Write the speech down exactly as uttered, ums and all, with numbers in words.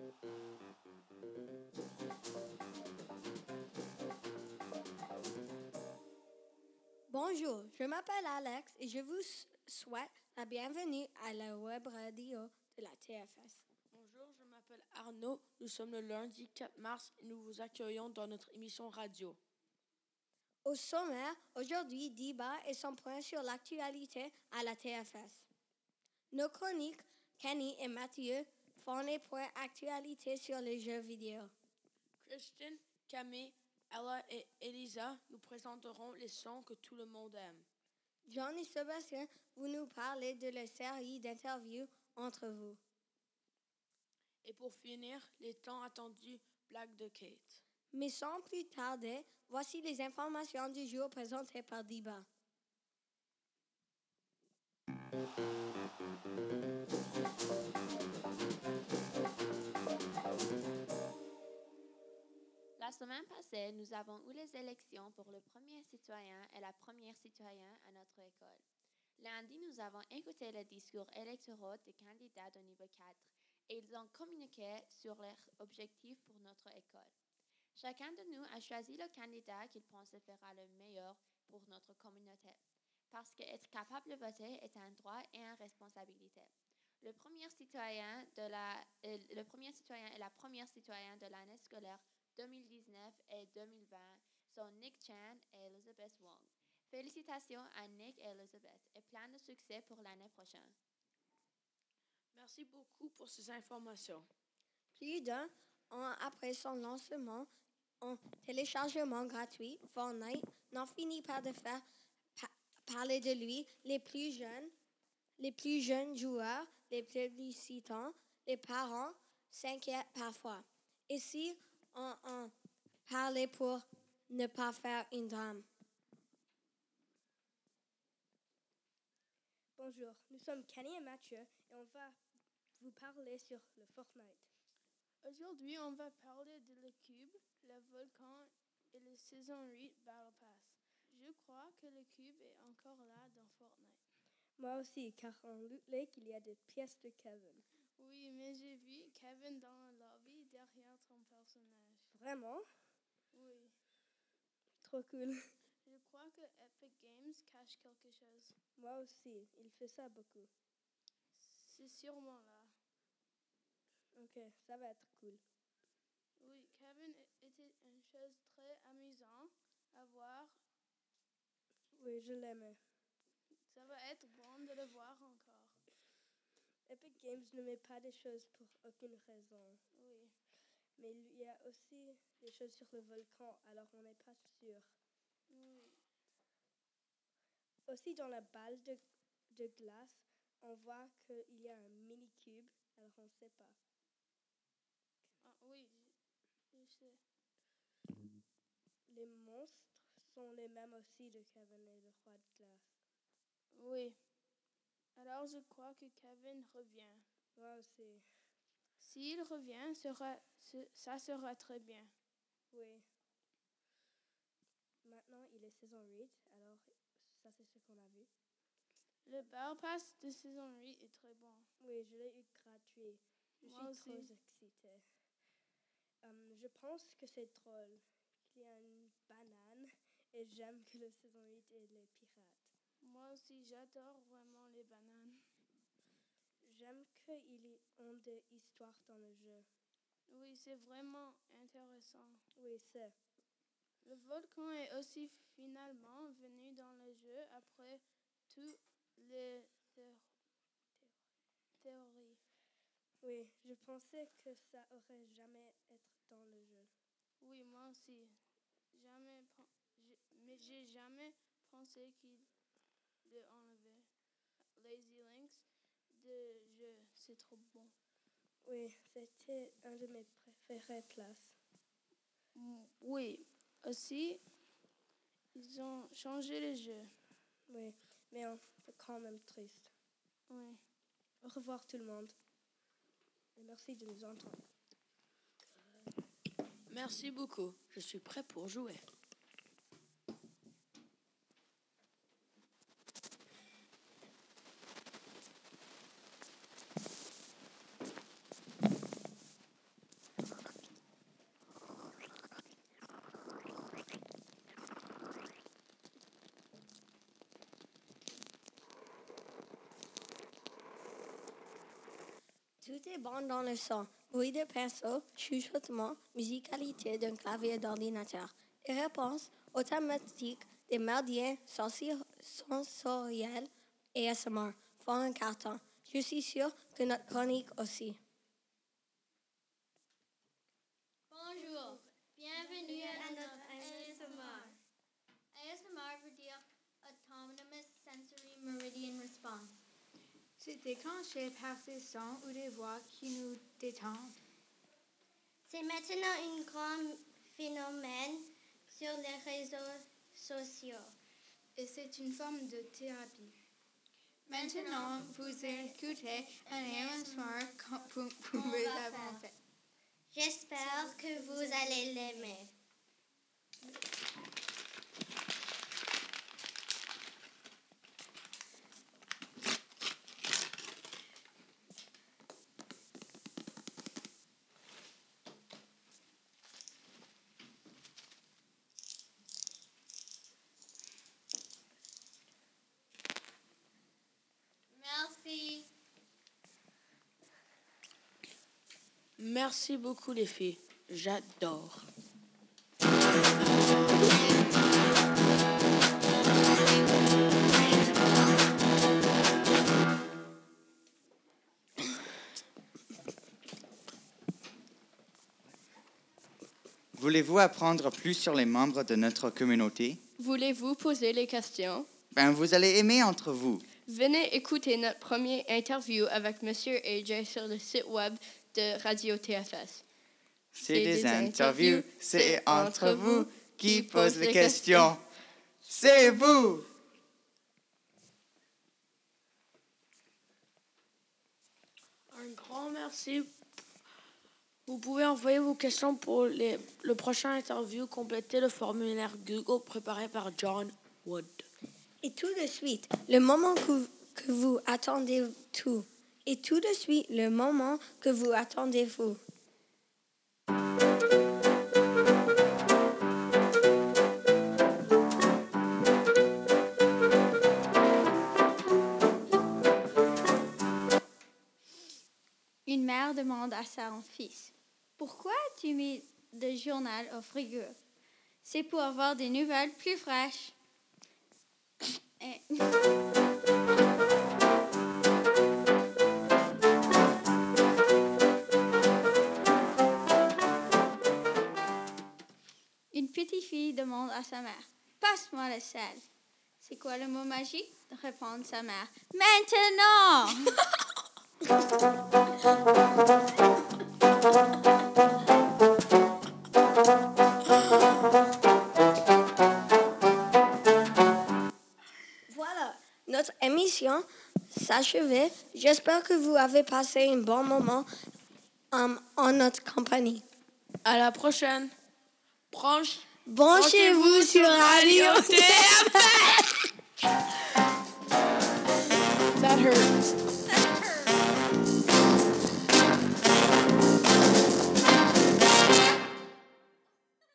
Bonjour, je m'appelle Alex et je vous souhaite la bienvenue à la web radio de la T F S. Bonjour, je m'appelle Arnaud. Nous sommes le lundi quatre mars et nous vous accueillons dans notre émission radio. Au sommaire, aujourd'hui, débat et son point sur l'actualité à la T F S. Nos chroniques, Kenny et Mathieu, font les points actualité sur les jeux vidéo. Christian, Camille, Ella et Elisa nous présenteront les sons que tout le monde aime. John et Sébastien, vous nous parlez de la série d'interviews entre vous. Et pour finir, les temps attendus blagues de Kate. Mais sans plus tarder, voici les informations du jour présentées par Diba. La semaine passée, nous avons eu les élections pour le premier citoyen et la première citoyenne à notre école. Lundi, nous avons écouté les discours électoraux des candidats de niveau quatre et ils ont communiqué sur leurs objectifs pour notre école. Chacun de nous a choisi le candidat qu'il pensait fera le meilleur pour notre communauté, parce qu'être capable de voter est un droit et une responsabilité. Le premier citoyen, de la, euh, le premier citoyen et la première citoyenne de l'année scolaire deux mille dix-neuf et deux mille vingt sont Nick Chan et Elizabeth Wong. Félicitations à Nick et Elizabeth et plein de succès pour l'année prochaine. Merci beaucoup pour ces informations. Plus d'un an après son lancement en téléchargement gratuit, Fortnite n'en finit pas de faire pa- parler de lui. Les plus jeunes, les plus jeunes joueurs, les publicitants, les parents s'inquiètent parfois. Et si on en parlait pour ne pas faire une drame? Bonjour, nous sommes Kenny et Mathieu et on va vous parler sur le Fortnite. Aujourd'hui, on va parler de le cube, le volcan et le Saison huit Battle Pass. Je crois que le cube est encore là dans Fortnite. Moi aussi, car en Loot Lake, il y a des pièces de Kevin. Oui, mais j'ai vu Kevin dans le lobby derrière ton personnage. Vraiment? Oui. Trop cool. Je crois que Epic Games cache quelque chose. Moi aussi, il fait ça beaucoup. C'est sûrement là. Ok, ça va être cool. Oui, Kevin était une chose très amusante à voir. Oui, je l'aimais. Ça va être bon de le voir encore. Epic Games ne met pas des choses pour aucune raison. Oui. Mais il y a aussi des choses sur le volcan, alors on n'est pas sûr. Oui. Aussi, dans la balle de, de glace, on voit qu'il y a un mini-cube, alors on ne sait pas. Ah, oui, je, je sais. Les monstres sont les mêmes aussi de Kevin et le roi de glace. Oui. Alors, je crois que Kevin revient. Moi aussi. S'il revient, sera, ça sera très bien. Oui. Maintenant, il est saison huit, alors ça, c'est ce qu'on a vu. Le Battle Pass de saison huit est très bon. Oui, je l'ai eu gratuit. Je Moi suis aussi. trop excitée. Um, je pense que c'est drôle qu'il y a une banane et j'aime que le saison huit est les pirates. Moi aussi, j'adore vraiment les bananes. J'aime qu'ils y ont des histoires dans le jeu. Oui, c'est vraiment intéressant. Oui, c'est. Le volcan est aussi finalement venu dans le jeu après toutes les théo- théories. Oui, je pensais que ça aurait jamais été dans le jeu. Oui, moi aussi. Jamais, pen- mais j'ai jamais pensé qu'il le enlevait. Lazy Links de jeu, c'est trop bon. Oui, c'était un de mes préférés places. Oui, aussi, ils ont changé les jeux. Oui, mais on est quand même triste. Oui. Au revoir tout le monde. Et merci de nous entendre. Merci beaucoup. Je suis prêt pour jouer. Tout est bon dans le son. Bruit de pinceau, chuchotement, musicalité d'un clavier d'ordinateur. Et réponses automatiques des méridiens sensoriels et A S M R font un carton. Je suis sûre que notre chronique aussi. Bonjour, bienvenue à notre A S M R. A S M R veut dire Autonomous Sensory Meridian Response. C'est déclenché par des sons ou des voix qui nous détendent. C'est maintenant un grand phénomène sur les réseaux sociaux. Et c'est une forme de thérapie. Maintenant, vous écoutez un A S M R comme vous l'avez fait. J'espère que vous allez l'aimer. Merci. Merci beaucoup, les filles. J'adore. Voulez-vous apprendre plus sur les membres de notre communauté? Voulez-vous poser les questions? Ben, vous allez aimer entre vous. Venez écouter notre première interview avec Monsieur A J sur le site web de Radio T F S. C'est des interviews, c'est entre vous qui posent les questions. C'est vous! Un grand merci. Vous pouvez envoyer vos questions pour les, le prochain interview. Complétez le formulaire Google préparé par John Wood. Et tout de suite, le moment que, que vous attendez tout. Et tout de suite, le moment que vous attendez vous. Une mère demande à son fils, « Pourquoi tu mets le journal au frigo? C'est pour avoir des nouvelles plus fraîches. » Et... Une petite fille demande à sa mère, « Passe-moi le sel. » C'est quoi le mot magique? Répond sa mère, « Maintenant! » Voilà, notre émission s'achevait. J'espère que vous avez passé un bon moment um, en notre compagnie. À la prochaine. Branche. Branchez-vous sur Radio T F S.